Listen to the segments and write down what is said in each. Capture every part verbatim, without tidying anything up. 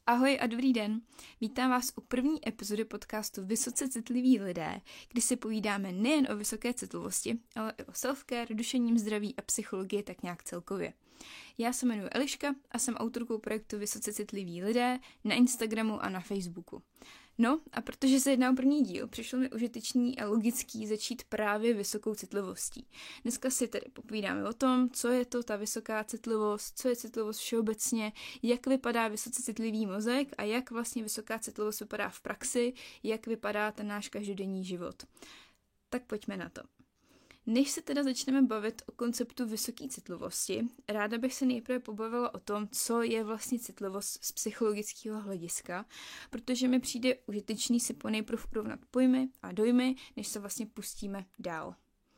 Ahoj a dobrý den. Vítám vás u první epizody podcastu Vysoce citliví lidé, kdy si povídáme nejen o vysoké citlivosti, ale i o self-care, duševním zdraví a psychologii tak nějak celkově. Já se jmenuji Eliška a jsem autorkou projektu Vysoce citliví lidé na Instagramu a na Facebooku. No a protože se jedná o první díl, přišlo mi užitečný a logický začít právě vysokou citlivostí. Dneska si tedy popovídáme o tom, co je to ta vysoká citlivost, co je citlivost všeobecně, jak vypadá vysoce citlivý mozek a jak vlastně vysoká citlivost vypadá v praxi, jak vypadá ten náš každodenní život. Tak pojďme na to. Než se teda začneme bavit o konceptu vysoké citlivosti, ráda bych se nejprve pobavila o tom, co je vlastně citlivost z psychologického hlediska, protože mi přijde užitečný si ponejprv porovnat pojmy a dojmy, než se vlastně pustíme dál.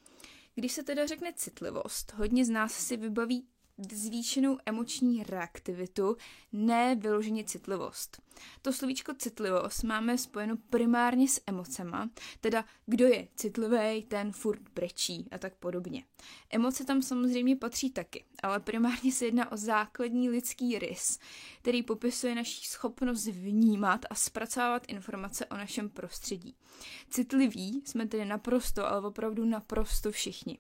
Když se teda řekne citlivost, hodně z nás si vybaví zvýšenou emoční reaktivitu, ne vyloženě citlivost. To slovíčko citlivost máme spojeno primárně s emocema, teda kdo je citlivý, ten furt brečí a tak podobně. Emoce tam samozřejmě patří taky, ale primárně se jedná o základní lidský rys, který popisuje naši schopnost vnímat a zpracovávat informace o našem prostředí. Citliví jsme tedy naprosto, ale opravdu naprosto všichni.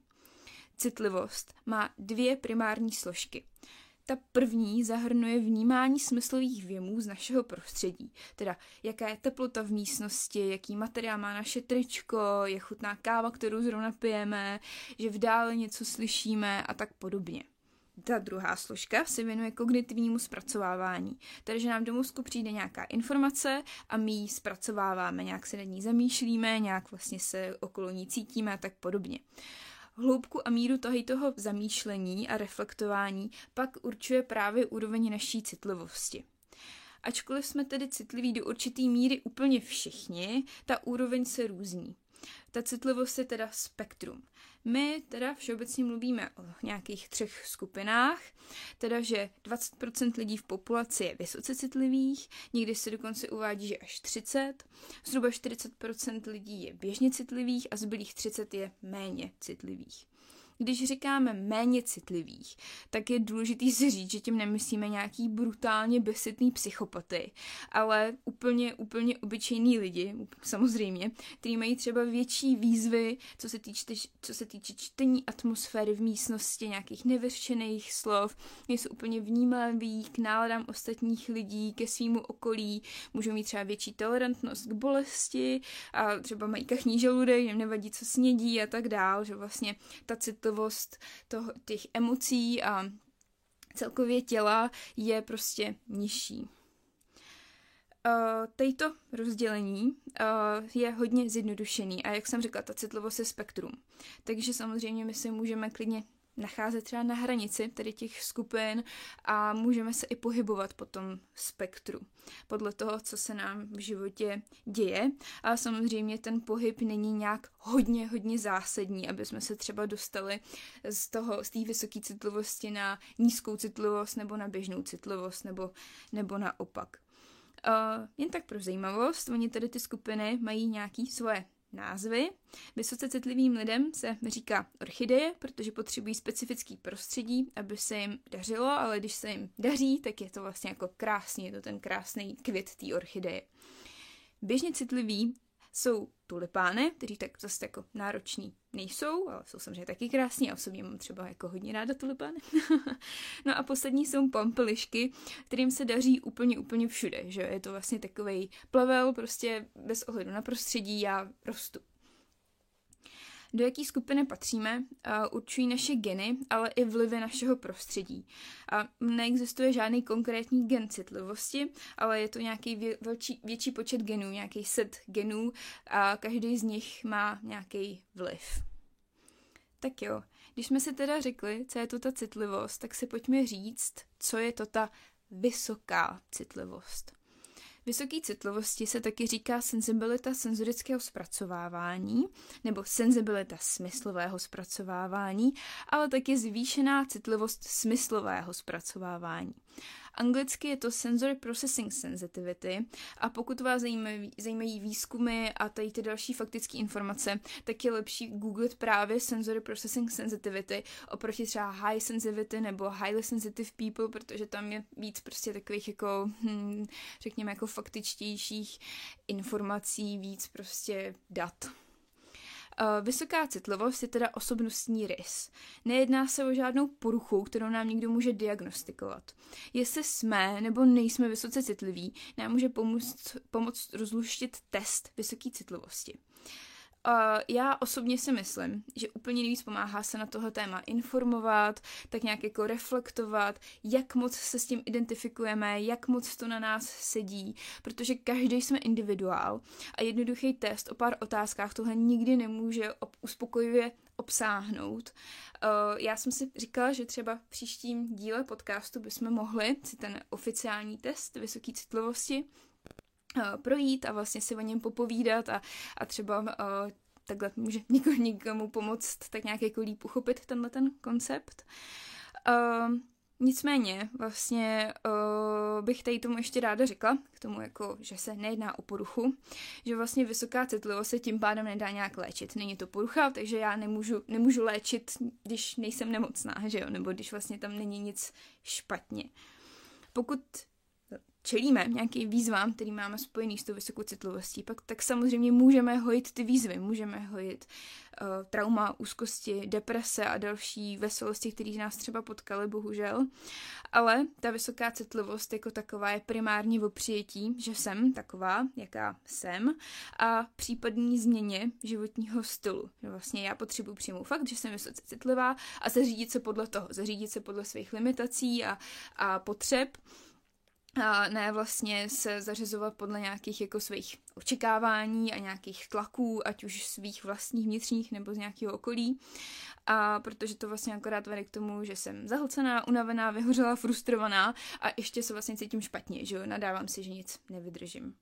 Citlivost má dvě primární složky. Ta první zahrnuje vnímání smyslových vjemů z našeho prostředí, teda jaká je teplota v místnosti, jaký materiál má naše tričko, je chutná káva, kterou zrovna pijeme, že v dále něco slyšíme a tak podobně. Ta druhá složka se věnuje kognitivnímu zpracovávání, takže nám do mozku přijde nějaká informace a my ji zpracováváme, nějak se nad ní zamýšlíme, nějak vlastně se okolo ní cítíme a tak podobně. Hloubku a míru toho zamýšlení a reflektování pak určuje právě úroveň naší citlivosti. Ačkoliv jsme tedy citliví do určitý míry úplně všichni, ta úroveň se různí. Ta citlivost je teda spektrum. My teda všeobecně mluvíme o nějakých třech skupinách, teda že dvacet procent lidí v populaci je vysoce citlivých, někdy se dokonce uvádí, že až třicet procent, zhruba čtyřicet procent lidí je běžně citlivých a zbylých třicet procent je méně citlivých. Když říkáme méně citlivých, tak je důležitý si říct, že tím nemyslíme nějaký brutálně bezcitný psychopaty, ale úplně, úplně obyčejný lidi, samozřejmě, kteří mají třeba větší výzvy, co se týče, co se týče čtení atmosféry v místnosti, nějakých nevyřčených slov, nejsou úplně vnímaví k náladám ostatních lidí, ke svýmu okolí, můžou mít třeba větší tolerantnost k bolesti a třeba mají kachní žaludek, jim nevadí, co snědí a tak dál, že vlastně ta citlivost toho, těch emocí a celkově těla je prostě nižší. Uh, Tejto rozdělení uh, je hodně zjednodušený a jak jsem řekla, ta citlivost je spektrum. Takže samozřejmě my se můžeme klidně nacházet třeba na hranici tady těch skupin a můžeme se i pohybovat po tom spektru podle toho, co se nám v životě děje. A samozřejmě ten pohyb není nějak hodně, hodně zásadní, aby jsme se třeba dostali z toho, z té vysoké citlivosti na nízkou citlivost nebo na běžnou citlivost nebo, nebo naopak. Uh, jen tak pro zajímavost, oni tady ty skupiny mají nějaké svoje názvy. Vysoce citlivým lidem se říká orchideje, protože potřebují specifický prostředí, aby se jim dařilo, ale když se jim daří, tak je to vlastně jako krásný, je to ten krásný květ té orchideje. Běžně citliví jsou tulipány, kteří tak zase jako nároční nejsou, ale jsou samozřejmě taky krásní a osobně mám třeba jako hodně ráda tulipány. No a poslední jsou pampelišky, kterým se daří úplně, úplně všude, že je to vlastně takovej plevel, prostě bez ohledu na prostředí já rostu. Do jaký skupiny patříme, uh, určují naše geny, ale i vlivy našeho prostředí. A neexistuje žádný konkrétní gen citlivosti, ale je to nějaký vě- větší, větší počet genů, nějaký set genů a každý z nich má nějaký vliv. Tak jo, když jsme si teda řekli, co je to ta citlivost, tak si pojďme říct, co je to ta vysoká citlivost. Vysoké citlivosti se taky říká senzibilita senzorického zpracovávání nebo senzibilita smyslového zpracovávání, ale taky zvýšená citlivost smyslového zpracovávání. Anglicky je to Sensory Processing Sensitivity a pokud vás zajímají, zajímají výzkumy a tady ty další faktické informace, tak je lepší googlit právě Sensory Processing Sensitivity oproti třeba High Sensitivity nebo Highly Sensitive People, protože tam je víc prostě takových jako, hm, řekněme, jako faktičtějších informací, víc prostě dat. Vysoká citlivost je teda osobnostní rys. Nejedná se o žádnou poruchu, kterou nám někdo může diagnostikovat. Jestli jsme nebo nejsme vysoce citliví, nám může pomoct, pomoct rozluštit test vysoké citlivosti. Uh, já osobně si myslím, že úplně nejvíc pomáhá se na tohle téma informovat, tak nějak jako reflektovat, jak moc se s tím identifikujeme, jak moc to na nás sedí, protože každý jsme individuál a jednoduchý test o pár otázkách tohle nikdy nemůže ob- uspokojivě obsáhnout. Uh, já jsem si říkala, že třeba v příštím díle podcastu bychom mohli si ten oficiální test vysoké citlivosti projít a vlastně si o něm popovídat a, a třeba uh, takhle může někomu, někomu pomoct tak nějak jako líp uchopit tenhle ten koncept. Uh, nicméně vlastně uh, bych tady tomu ještě ráda řekla, k tomu jako, že se nejedná o poruchu, že vlastně vysoká citlivost se tím pádem nedá nějak léčit. Není to porucha, takže já nemůžu, nemůžu léčit, když nejsem nemocná, že jo, nebo když vlastně tam není nic špatně. Pokud čelíme nějakým výzvám, který máme spojený s tou vysokou citlivostí, pak tak samozřejmě můžeme hojit ty výzvy, můžeme hojit uh, trauma, úzkosti, deprese a další veselosti, které nás třeba potkaly, bohužel. Ale ta vysoká citlivost jako taková je primárně o přijetí, že jsem taková, jaká jsem, a případný změně životního stylu. Že vlastně já potřebuji přijmout fakt, že jsem vysoce citlivá a zařídit se podle toho, zařídit se podle svých limitací a, a potřeb, a ne vlastně se zařizovat podle nějakých jako svých očekávání a nějakých tlaků, ať už svých vlastních vnitřních nebo z nějakého okolí. A protože to vlastně akorát vede k tomu, že jsem zahlcená, unavená, vyhořela, frustrovaná a ještě se vlastně cítím špatně, že jo, nadávám si, že nic nevydržím.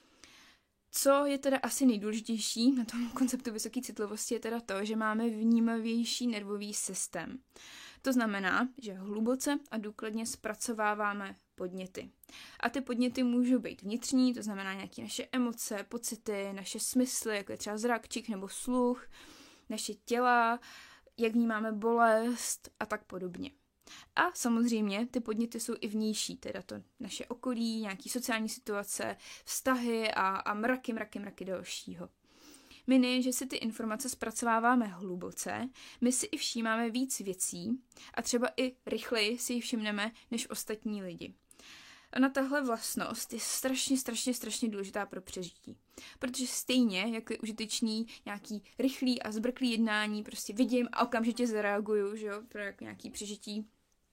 Co je teda asi nejdůležitější na tom konceptu vysoké citlivosti je teda to, že máme vnímavější nervový systém. To znamená, že hluboce a důkladně zpracováváme podněty. A ty podněty můžou být vnitřní, to znamená nějaké naše emoce, pocity, naše smysly, jako je třeba zrak, čich nebo sluch, naše těla, jak vnímáme bolest a tak podobně. A samozřejmě ty podněty jsou i vnější, teda to naše okolí, nějaké sociální situace, vztahy a, a mraky, mraky, mraky dalšího. My ne, že si ty informace zpracováváme hluboce, my si i všímáme víc věcí a třeba i rychleji si ji všimneme než ostatní lidi. Ona tahle vlastnost je strašně, strašně, strašně důležitá pro přežití. Protože stejně, jako je užitečný nějaký rychlý a zbrklý jednání, prostě vidím a okamžitě zareaguju, že jo, pro nějaký přežití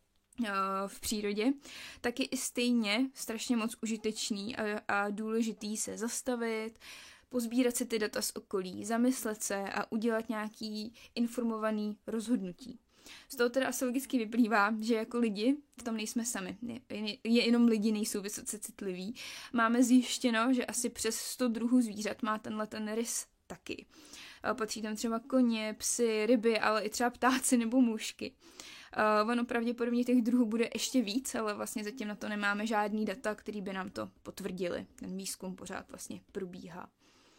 v přírodě, tak je i stejně strašně moc užitečný a, a důležitý se zastavit, pozbírat si ty data z okolí, zamyslet se a udělat nějaký informovaný rozhodnutí. Z toho teda asi logicky vyplývá, že jako lidi v tom nejsme sami. Je, je jenom lidi nejsou vysoce citliví. Máme zjištěno, že asi přes sto druhů zvířat má tenhle ten rys taky. Patří tam třeba koně, psy, ryby, ale i třeba ptáci nebo mušky. Uh, ono pravděpodobně těch druhů bude ještě víc, ale vlastně zatím na to nemáme žádný data, který by nám to potvrdili. Ten výzkum pořád vlastně probíhá.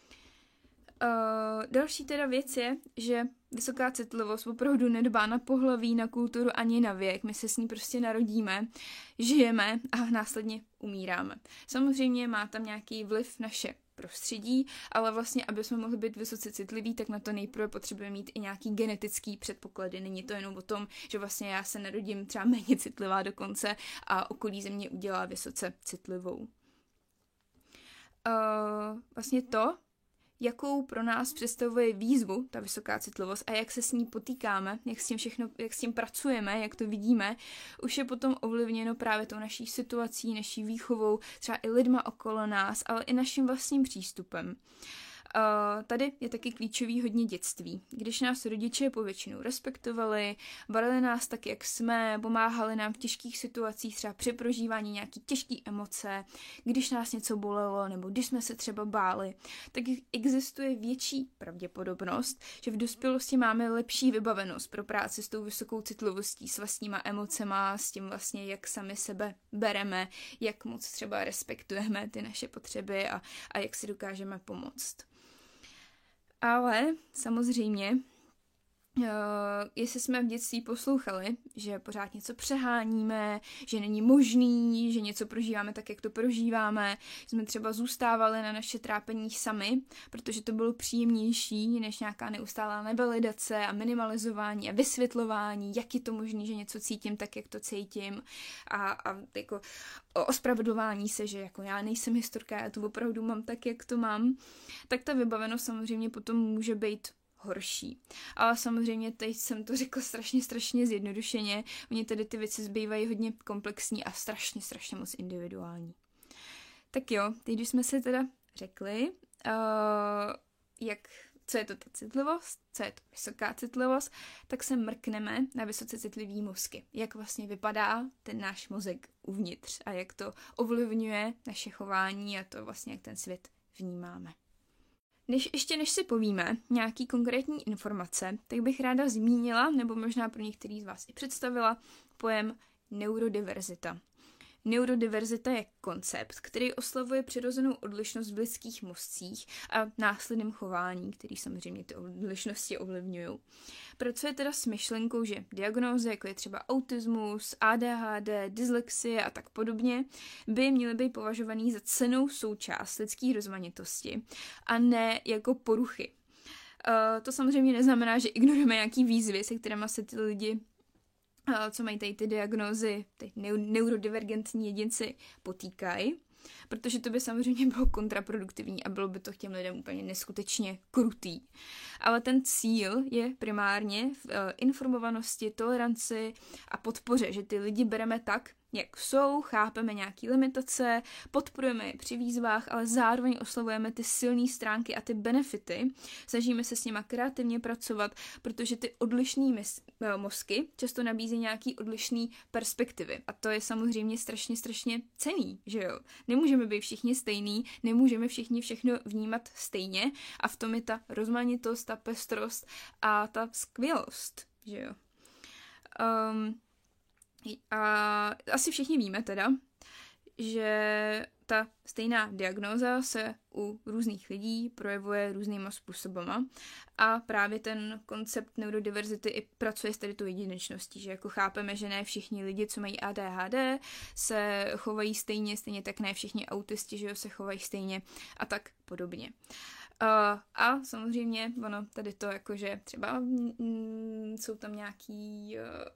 Uh, další teda věc je, že vysoká citlivost opravdu nedbá na pohlaví, na kulturu ani na věk. My se s ní prostě narodíme, žijeme a následně umíráme. Samozřejmě má tam nějaký vliv naše prostředí, ale vlastně, aby jsme mohli být vysoce citliví, tak na to nejprve potřebujeme mít i nějaký genetický předpoklady. Není to jenom o tom, že vlastně já se narodím třeba méně citlivá dokonce a okolí ze mě udělá vysoce citlivou. Uh, vlastně to, jakou pro nás představuje výzvu ta vysoká citlivost a jak se s ní potýkáme, jak s tím všechno, jak s tím pracujeme, jak to vidíme, už je potom ovlivněno právě tou naší situací, naší výchovou, třeba i lidma okolo nás, ale i naším vlastním přístupem. Uh, tady je taky klíčový hodně dětství. Když nás rodiče povětšinou respektovali, barali nás tak, jak jsme, pomáhali nám v těžkých situacích, třeba při prožívání nějaký těžké emoce, když nás něco bolelo, nebo když jsme se třeba báli, tak existuje větší pravděpodobnost, že v dospělosti máme lepší vybavenost pro práci s tou vysokou citlivostí, s vlastníma emocema, s tím vlastně, jak sami sebe bereme, jak moc třeba respektujeme ty naše potřeby a, a jak si dokážeme pomoct. Ale samozřejmě, uh, jestli jsme v dětství poslouchali, že pořád něco přeháníme, že není možný, že něco prožíváme tak, jak to prožíváme, že jsme třeba zůstávali na naše trápení sami, protože to bylo příjemnější než nějaká neustálá nevalidace a minimalizování a vysvětlování, jak je to možné, že něco cítím tak, jak to cítím a, a jako ospravedlování se, že jako já nejsem historka, já to opravdu mám tak, jak to mám, tak ta vybavenost samozřejmě potom může být horší. Ale samozřejmě teď jsem to řekla strašně, strašně zjednodušeně. Oni tedy ty věci zbývají hodně komplexní a strašně, strašně moc individuální. Tak jo, teď když jsme si teda řekli, uh, jak, co je to ta citlivost, co je to vysoká citlivost, tak se mrkneme na vysoce citlivý mozky. Jak vlastně vypadá ten náš mozek uvnitř a jak to ovlivňuje naše chování a to vlastně, jak ten svět vnímáme. Než, ještě než si povíme nějaký konkrétní informace, tak bych ráda zmínila, nebo možná pro některý z vás i představila, pojem neurodiverzita. Neurodiverzita je koncept, který oslavuje přirozenou odlišnost v lidských mozcích a následném chování, který samozřejmě ty odlišnosti ovlivňují. Pracuje teda s myšlenkou, že diagnózy, jako je třeba autismus, A D H D, dyslexie a tak podobně, by měly být považovaný za cennou součást lidské rozmanitosti a ne jako poruchy. Uh, to samozřejmě neznamená, že ignorujeme nějaký výzvy, se kterými se ty lidi, co mají tady ty diagnózy, ty neurodivergentní jedinci, potýkají, protože to by samozřejmě bylo kontraproduktivní a bylo by to k těm lidem úplně neskutečně krutý. Ale ten cíl je primárně v informovanosti, toleranci a podpoře, že ty lidi bereme tak, jak jsou, chápeme nějaký limitace, podporujeme je při výzvách, ale zároveň oslavujeme ty silné stránky a ty benefity. Snažíme se s nima kreativně pracovat, protože ty odlišný mis- mozky často nabízí nějaký odlišný perspektivy. A to je samozřejmě strašně, strašně cenný, že jo? Nemůžeme být všichni stejný, nemůžeme všichni všechno vnímat stejně a v tom je ta rozmanitost, ta pestrost a ta skvělost, že jo? Um, A asi všichni víme teda, že ta stejná diagnóza se u různých lidí projevuje různýma způsobama a právě ten koncept neurodiverzity i pracuje s tady tu jedinečností, že jako chápeme, že ne všichni lidi, co mají A D H D, se chovají stejně, stejně tak ne všichni autisti, že jo, se chovají stejně a tak podobně. Uh, a samozřejmě, ono tady to jakože třeba mm, jsou tam nějaký uh,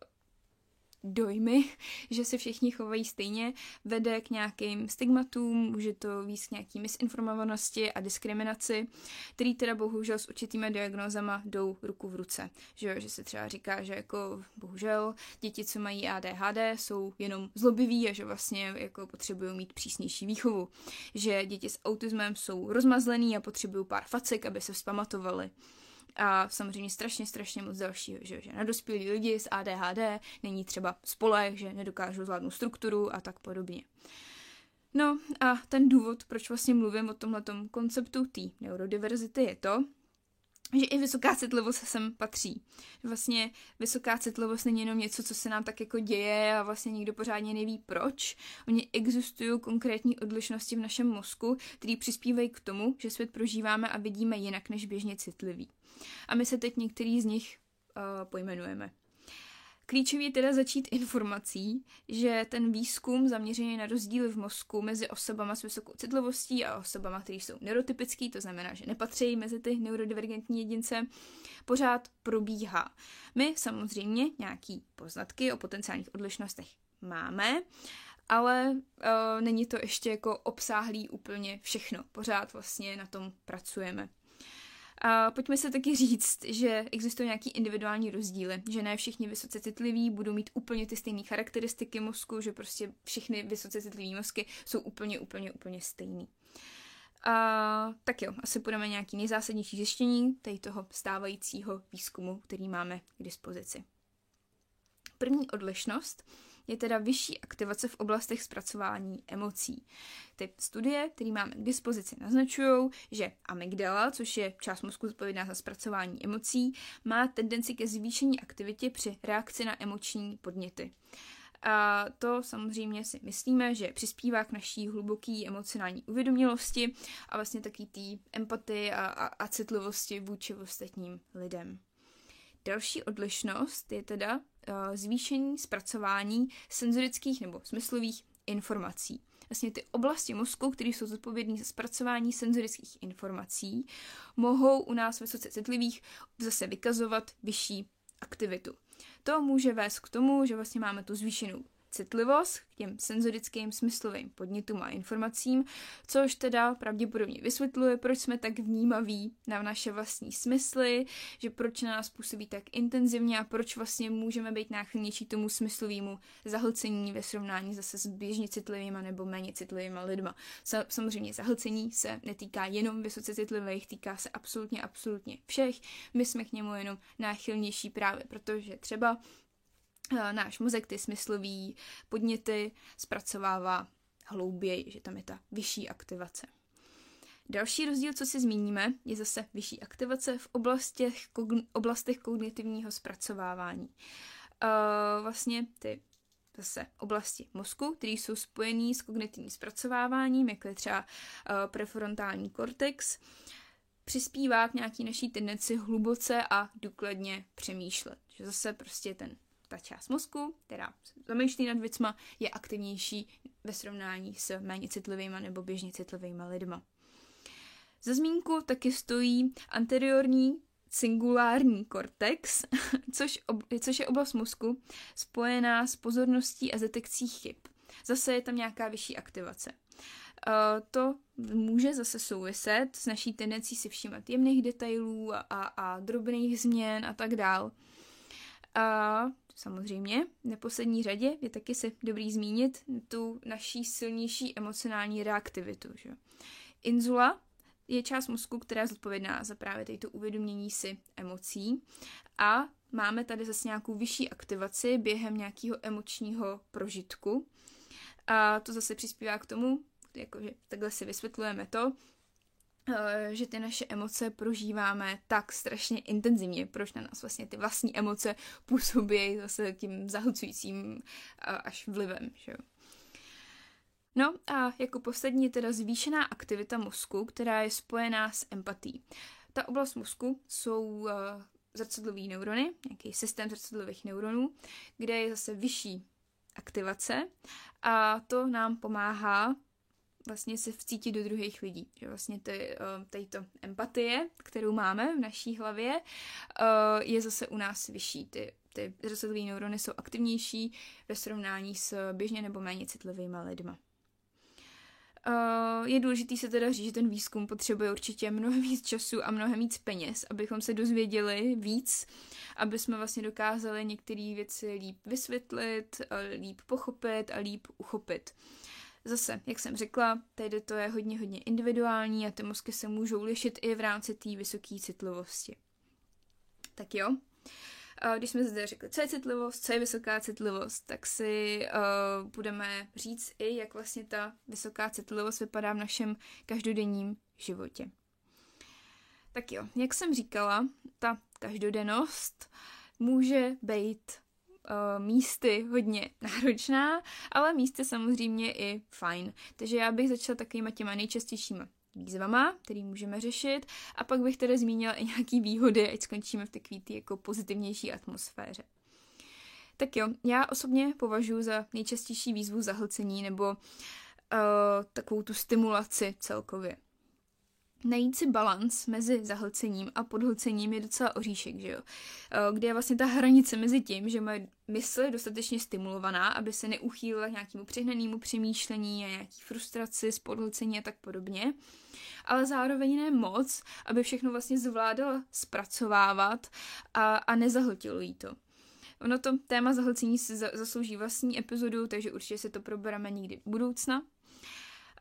dojmy, že se všichni chovají stejně, vede k nějakým stigmatům, může to vést k nějaký misinformovanosti a diskriminaci, který teda bohužel s určitýma diagnózama jdou ruku v ruce. Že, jo, že se třeba říká, že jako bohužel děti, co mají A D H D, jsou jenom zlobiví a že vlastně jako potřebují mít přísnější výchovu. Že děti s autismem jsou rozmazlený a potřebují pár facek, aby se vzpamatovali. A samozřejmě strašně, strašně moc dalšího, že, že na dospělí lidi s A D H D není třeba spoleh, že nedokážou zvládnout strukturu a tak podobně. No a ten důvod, proč vlastně mluvím o tomhletom konceptu té neurodiverzity, je to, že i vysoká citlivost sem patří. Vlastně vysoká citlivost není jenom něco, co se nám tak jako děje a vlastně nikdo pořádně neví proč. Oni existují konkrétní odlišnosti v našem mozku, které přispívají k tomu, že svět prožíváme a vidíme jinak než běžně citlivý. A my se teď některý z nich uh, pojmenujeme. Klíčový je teda začít informací, že ten výzkum zaměřený na rozdíly v mozku mezi osobama s vysokou citlivostí a osobama, které jsou neurotypický, to znamená, že nepatří mezi ty neurodivergentní jedince, pořád probíhá. My samozřejmě nějaký poznatky o potenciálních odlišnostech máme, ale uh, není to ještě jako obsáhlý úplně všechno. Pořád vlastně na tom pracujeme. A pojďme se taky říct, že existují nějaký individuální rozdíly, že ne všichni vysoce citliví budou mít úplně ty stejné charakteristiky mozku, že prostě všechny vysoce citlivé mozky jsou úplně, úplně, úplně stejný. A, tak jo, asi půjdeme nějaký nejzásadnější zjištění tady toho stávajícího výzkumu, který máme k dispozici. První odlišnost je teda vyšší aktivace v oblastech zpracování emocí. Ty studie, které máme k dispozici, naznačují, že amygdala, což je část mozku zodpovědná za zpracování emocí, má tendenci ke zvýšení aktivitě při reakci na emoční podněty. A to samozřejmě si myslíme, že přispívá k naší hluboké emocionální uvědomělosti a vlastně taky té empatii a, a, a citlivosti vůči ostatním lidem. Další odlišnost je teda uh, zvýšení zpracování senzorických nebo smyslových informací. Vlastně ty oblasti mozku, které jsou zodpovědné za zpracování senzorických informací, mohou u nás vysoce citlivých zase vykazovat vyšší aktivitu. To může vést k tomu, že vlastně máme tu zvýšenou citlivost k těm senzorickým smyslovým podnětům a informacím, což teda pravděpodobně vysvětluje, proč jsme tak vnímaví na naše vlastní smysly, že proč na nás působí tak intenzivně a proč vlastně můžeme být náchylnější tomu smyslovému zahlcení ve srovnání zase s běžně citlivýma nebo méně citlivýma lidma. Samozřejmě zahlcení se netýká jenom vysoce citlivých, týká se absolutně, absolutně všech. My jsme k němu jenom náchylnější právě, protože třeba náš mozek ty smyslový podněty zpracovává hlouběji, že tam je ta vyšší aktivace. Další rozdíl, co si zmíníme, je zase vyšší aktivace v oblastech, kogn- oblastech kognitivního zpracovávání. Uh, vlastně ty zase oblasti mozku, které jsou spojené s kognitivním zpracováváním, jako je třeba uh, prefrontální kortex, přispívá k nějaký naší tendenci hluboce a důkladně přemýšlet. Že zase prostě ten ta část mozku, která zamýšlí nad věcma, je aktivnější ve srovnání s méně citlivýma nebo běžně citlivýma lidma. Za zmínku taky stojí anteriorní cingulární kortex, což, ob, což je oblast mozku spojená s pozorností a detekcí chyb. Zase je tam nějaká vyšší aktivace. Uh, to může zase souviset s naší tendencí si všímat jemných detailů a, a, a drobných změn a tak dál. A samozřejmě v neposlední řadě je taky se dobrý zmínit tu naší silnější emocionální reaktivitu. Že? Insula je část mozku, která je zodpovědná za právě tady to uvědomění si emocí a máme tady zase nějakou vyšší aktivaci během nějakého emočního prožitku. A to zase přispívá k tomu, jakože takhle si vysvětlujeme to, že ty naše emoce prožíváme tak strašně intenzivně, proč na nás vlastně ty vlastní emoce působí zase tím zahlcujícím až vlivem. Že? No a jako poslední je teda zvýšená aktivita mozku, která je spojená s empatií. Ta oblast mozku jsou uh, zrcadlové neurony, nějaký systém zrcadlových neuronů, kde je zase vyšší aktivace a to nám pomáhá vlastně se vcítit do druhých lidí. Že vlastně ty, tato empatie, kterou máme v naší hlavě, je zase u nás vyšší. Ty, ty zrcadlové neurony jsou aktivnější ve srovnání s běžně nebo méně citlivými lidma. Je důležité se teda říct, že ten výzkum potřebuje určitě mnohem víc času a mnohem víc peněz, abychom se dozvěděli víc, aby jsme vlastně dokázali některé věci líp vysvětlit, líp pochopit a líp uchopit. Zase, jak jsem řekla, tady to je hodně, hodně individuální a ty mozky se můžou lišit i v rámci té vysoké citlivosti. Tak jo, když jsme zde řekli, co je citlivost, co je vysoká citlivost, tak si uh, budeme říct i, jak vlastně ta vysoká citlivost vypadá v našem každodenním životě. Tak jo, jak jsem říkala, ta každodennost může být Uh, místy hodně náročná, ale místy samozřejmě i fajn. Takže já bych začala takovýma těma nejčastějšíma výzvama, který můžeme řešit, a pak bych teda zmínila i nějaký výhody, ať skončíme v takové té jako pozitivnější atmosféře. Tak jo, já osobně považuji za nejčastější výzvu zahlcení nebo uh, takovou tu stimulaci celkově. Najít si balans mezi zahlcením a podhlcením je docela oříšek, že jo? Kde je vlastně ta hranice mezi tím, že moje mysl je dostatečně stimulovaná, aby se neuchýlila k nějakému přehnanému přemýšlení a nějaký frustraci z podhlcení a tak podobně, ale zároveň ne moc, aby všechno vlastně zvládala zpracovávat a, a nezahltilo jí to. Ono to téma zahlcení si za, zaslouží vlastní epizodu, takže určitě se to probereme někdy v budoucna.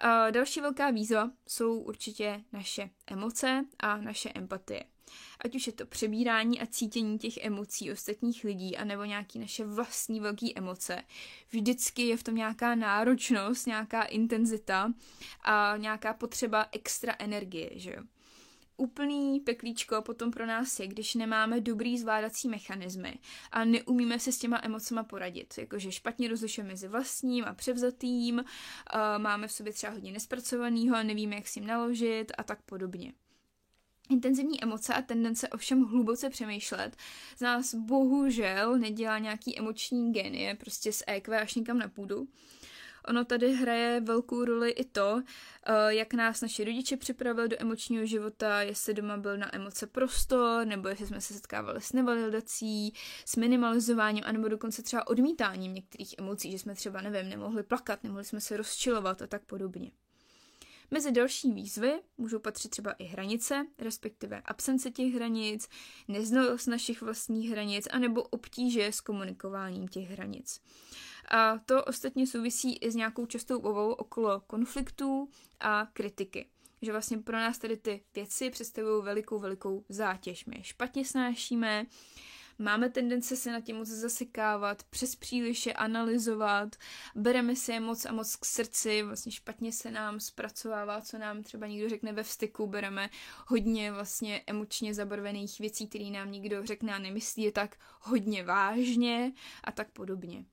A další velká výzva jsou určitě naše emoce a naše empatie. Ať už je to přebírání a cítění těch emocí ostatních lidí, anebo nějaké naše vlastní velké emoce. Vždycky je v tom nějaká náročnost, nějaká intenzita a nějaká potřeba extra energie, že jo. Úplný peklíčko potom pro nás je, když nemáme dobrý zvládací mechanismy a neumíme se s těma emocema poradit. Jakože špatně rozlišujeme mezi vlastním a převzatým, máme v sobě třeba hodně nespracovanýho a nevíme, jak s ním naložit a tak podobně. Intenzivní emoce a tendence ovšem hluboce přemýšlet z nás bohužel nedělá nějaký emoční genie, prostě z é kvé až někam na půdu. Ono tady hraje velkou roli i to, jak nás naši rodiče připravili do emočního života, jestli doma byl na emoce prostor, nebo jestli jsme se setkávali s nevalidací, s minimalizováním, anebo dokonce třeba odmítáním některých emocí, že jsme třeba, nevím, nemohli plakat, nemohli jsme se rozčilovat a tak podobně. Mezi další výzvy můžou patřit třeba i hranice, respektive absence těch hranic, neznalost našich vlastních hranic, anebo obtíže s komunikováním těch hranic. A to ostatně souvisí i s nějakou častou obavou okolo konfliktů a kritiky. Že vlastně pro nás tady ty věci představují velikou, velikou zátěž. My je špatně snášíme, máme tendence se na tím moc zasekávat, přes příliše analyzovat, bereme si je moc a moc k srdci, vlastně špatně se nám zpracovává, co nám třeba někdo řekne ve vztyku, bereme hodně vlastně emočně zabarvených věcí, které nám někdo řekne a nemyslí je tak hodně vážně a tak podobně.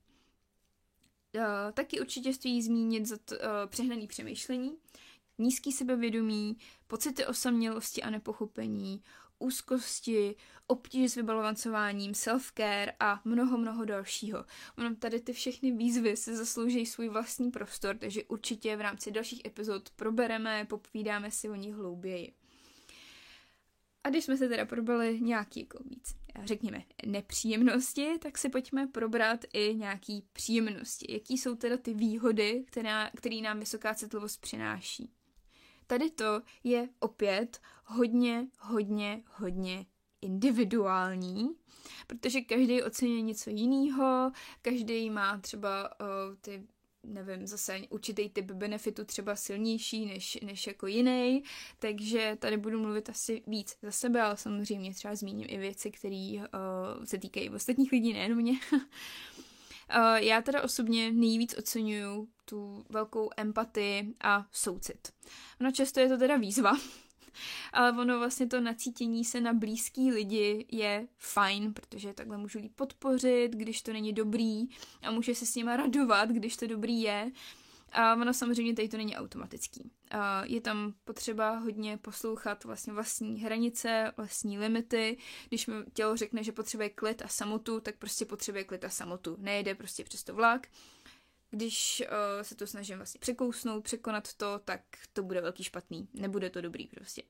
Uh, taky určitě stojí zmínit za to, uh, přehnaný přemýšlení, nízký sebevědomí, pocity osamělosti a nepochopení, úzkosti, obtíže s vybalancováním, self-care a mnoho, mnoho dalšího. Ono tady ty všechny výzvy se zaslouží svůj vlastní prostor, takže určitě v rámci dalších epizod probereme, popovídáme si o nich hlouběji. A když jsme se teda probrali nějaký jako víc, řekněme, nepříjemnosti, tak si pojďme probrat i nějaký příjemnosti. Jaký jsou teda ty výhody, která, který nám vysoká citlivost přináší. Tady to je opět hodně, hodně, hodně individuální, protože každý oceňuje něco jiného, každý má třeba uh, ty nevím, zase určitý typ benefitu třeba silnější než, než jako jiný, takže tady budu mluvit asi víc za sebe, ale samozřejmě třeba zmíním i věci, které uh, se týkají ostatních lidí, nejen mě. uh, já teda osobně nejvíc oceňuju tu velkou empatii a soucit. Ono často je to teda výzva, ale ono vlastně to nacítění se na blízký lidi je fajn, protože takhle můžu líp podpořit, když to není dobrý a může se s nima radovat, když to dobrý je. A ono samozřejmě tady to není automatický. A je tam potřeba hodně poslouchat vlastně vlastní hranice, vlastní limity. Když mi tělo řekne, že potřebuje klid a samotu, tak prostě potřebuje klid a samotu. Nejede prostě přes to vlak. Když uh, se to snažím vlastně překousnout, překonat to, tak to bude velký špatný. Nebude to dobrý prostě.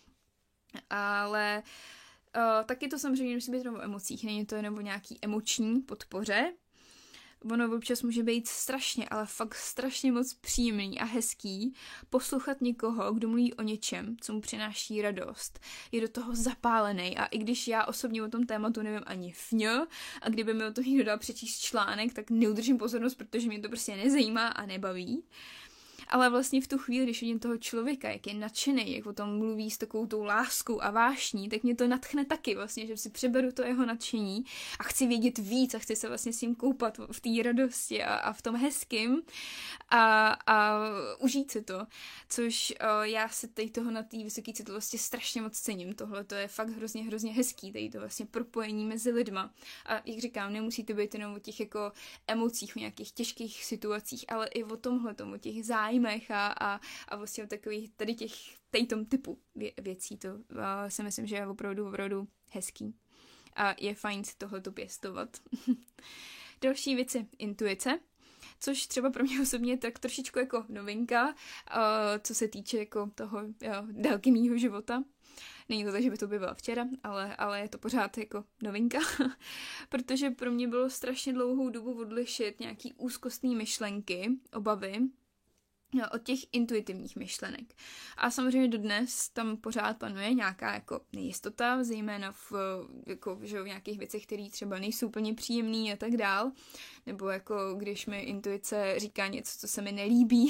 Ale uh, taky to samozřejmě musí být jenom o emocích. Není to jenom o nějaký emoční podpoře. Ono občas může být strašně, ale fakt strašně moc příjemný a hezký poslouchat někoho, kdo mluví o něčem, co mu přináší radost. Je do toho zapálený a i když já osobně o tom tématu nevím ani fňo a kdyby mi o tom někdo dal přečíst článek, tak neudržím pozornost, protože mě to prostě nezajímá a nebaví. Ale vlastně v tu chvíli, když vidím toho člověka, jak je nadšený, jak o tom mluví s takovou tou láskou a vášní, tak mě to nadchne taky vlastně, že si přeberu to jeho nadšení a chci vědět víc a chci se vlastně s ním koupat v té radosti a, a v tom hezkým a, a užít si to, což o, já se tady toho na té vysoké citlivosti strašně moc cením. Tohle to je fakt hrozně, hrozně hezký, tady to vlastně propojení mezi lidma. A jak říkám, nemusí to být jenom o těch jako emocích, o nějakých těžkých situacích, ale i o tomhletom, o těch zájmech a, a, a vlastně o takových tady těch tejtom typu vě, věcí. To uh, si myslím, že je opravdu, opravdu hezký. A je fajn si tohleto pěstovat. Další věc je intuice, což třeba pro mě osobně je tak trošičku jako novinka, uh, co se týče jako toho uh, délky mýho života. Není to tak, že by to byla včera, ale, ale je to pořád jako novinka, protože pro mě bylo strašně dlouhou dobu odlišit nějaký úzkostný myšlenky, obavy, No, od těch intuitivních myšlenek. A samozřejmě dodnes tam pořád panuje nějaká jako nejistota, zejména v, jako, že v nějakých věcech, které třeba nejsou úplně příjemný a tak dál. Nebo jako když mi intuice říká něco, co se mi nelíbí.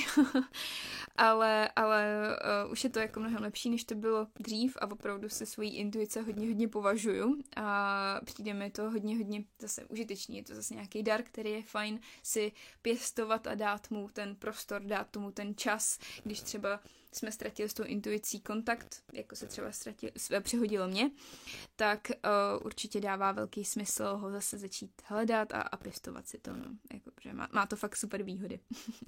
ale ale uh, už je to jako mnohem lepší, než to bylo dřív a opravdu se svojí intuice hodně, hodně považuju. A přijde mi to hodně, hodně zase užitečný. Je to zase nějaký dar, který je fajn si pěstovat a dát mu ten prostor, dát tomu ten čas, když třeba jsme ztratili s tou intuicí kontakt, jako se třeba ztratil, přehodilo mě, tak uh, určitě dává velký smysl ho zase začít hledat a, a pěstovat si to. No. Jako, že má, má to fakt super výhody.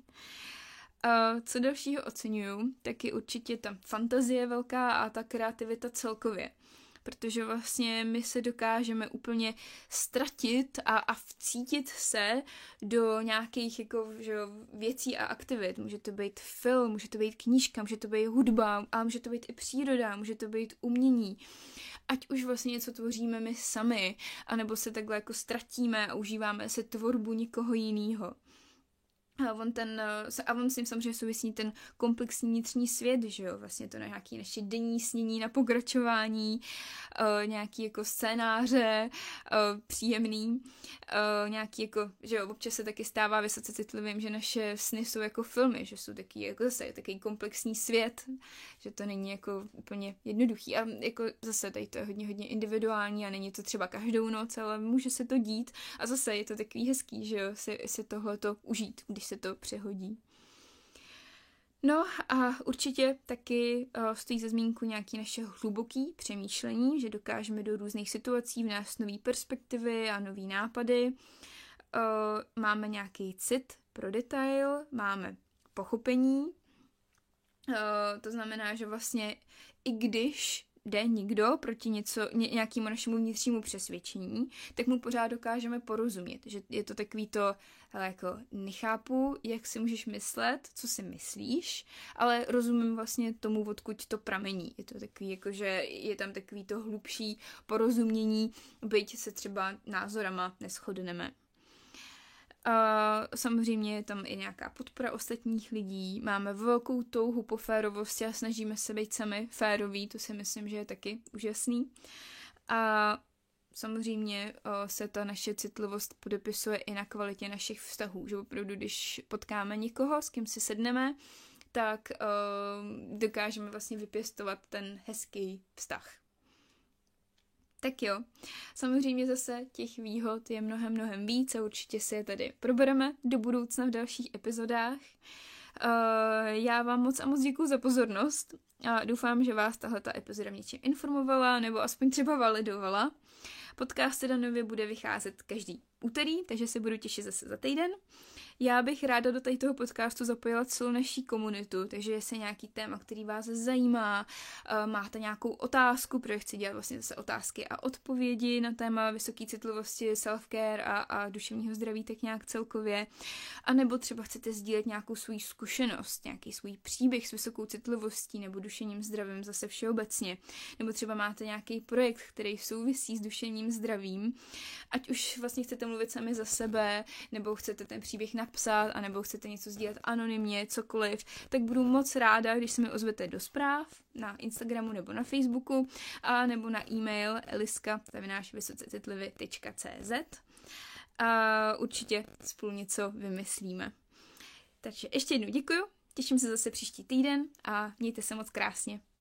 uh, co dalšího oceňuju, tak je určitě ta fantazie velká a ta kreativita celkově. Protože vlastně my se dokážeme úplně ztratit a, a vcítit se do nějakých jako, že jo, věcí a aktivit. Může to být film, může to být knížka, může to být hudba, ale může to být i příroda, může to být umění. Ať už vlastně něco tvoříme my sami, anebo se takhle jako ztratíme a užíváme si tvorbu někoho jiného. A on, ten, a on s tím samozřejmě souvisí ten komplexní vnitřní svět, že jo, vlastně to na nějaké naše denní snění na pokračování, uh, nějaký jako scénáře, uh, příjemný, uh, nějaký jako, že jo, občas se taky stává vysoce citlivým, že naše sny jsou jako filmy, že jsou taky jako zase takový komplexní svět, že to není jako úplně jednoduchý a jako zase tady to je hodně, hodně individuální a není to třeba každou noc, ale může se to dít a zase je to takový hezký, že jo, si, si tohleto užít, když se to přehodí. No a určitě taky uh, stojí za zmínku nějaké naše hluboké přemýšlení, že dokážeme do různých situací vnést nové perspektivy a nové nápady. Uh, máme nějaký cit pro detail, máme pochopení. Uh, to znamená, že vlastně i když jde nikdo proti něco, ně, nějakému našemu vnitřnímu přesvědčení, tak mu pořád dokážeme porozumět. Že je to takový to, hele, jako nechápu, jak si můžeš myslet, co si myslíš, ale rozumím vlastně tomu, odkud to pramení. Je to takový, jako, že je tam takový to hlubší porozumění, byť se třeba názorama neshodneme. A samozřejmě je tam i nějaká podpora ostatních lidí, máme velkou touhu po férovosti a snažíme se být sami féroví, to si myslím, že je taky úžasný. A samozřejmě se ta naše citlivost podepisuje i na kvalitě našich vztahů, že opravdu, když potkáme někoho, s kým si sedneme, tak uh, dokážeme vlastně vypěstovat ten hezký vztah. Tak jo, samozřejmě zase těch výhod je mnohem, mnohem víc a určitě si je tady probereme do budoucna v dalších epizodách. Uh, já vám moc a moc děkuju za pozornost a doufám, že vás tahleta epizoda něčím informovala nebo aspoň třeba validovala. Podcast teda nově bude vycházet každý úterý, takže se budu těšit zase za týden. Já bych ráda do tady toho podcastu zapojila celou naší komunitu, takže jestli nějaký téma, který vás zajímá, máte nějakou otázku, protože chci dělat vlastně zase otázky a odpovědi na téma vysoké citlivosti, self-care a, a duševního zdraví tak nějak celkově, a nebo třeba chcete sdílet nějakou svou zkušenost, nějaký svůj příběh s vysokou citlivostí nebo duševním zdravím zase všeobecně, nebo třeba máte nějaký projekt, který souvisí s duševním zdravím, ať už vlastně chcete mluvit sami za sebe, nebo chcete ten příběh napsat, anebo chcete něco sdílet anonymně, cokoliv, tak budu moc ráda, když se mi ozvete do zpráv na Instagramu nebo na Facebooku, a nebo na e-mail eliska zavináč vysocecitlivy tečka cé zet a určitě spolu něco vymyslíme. Takže ještě jednou děkuju, těším se zase příští týden a mějte se moc krásně.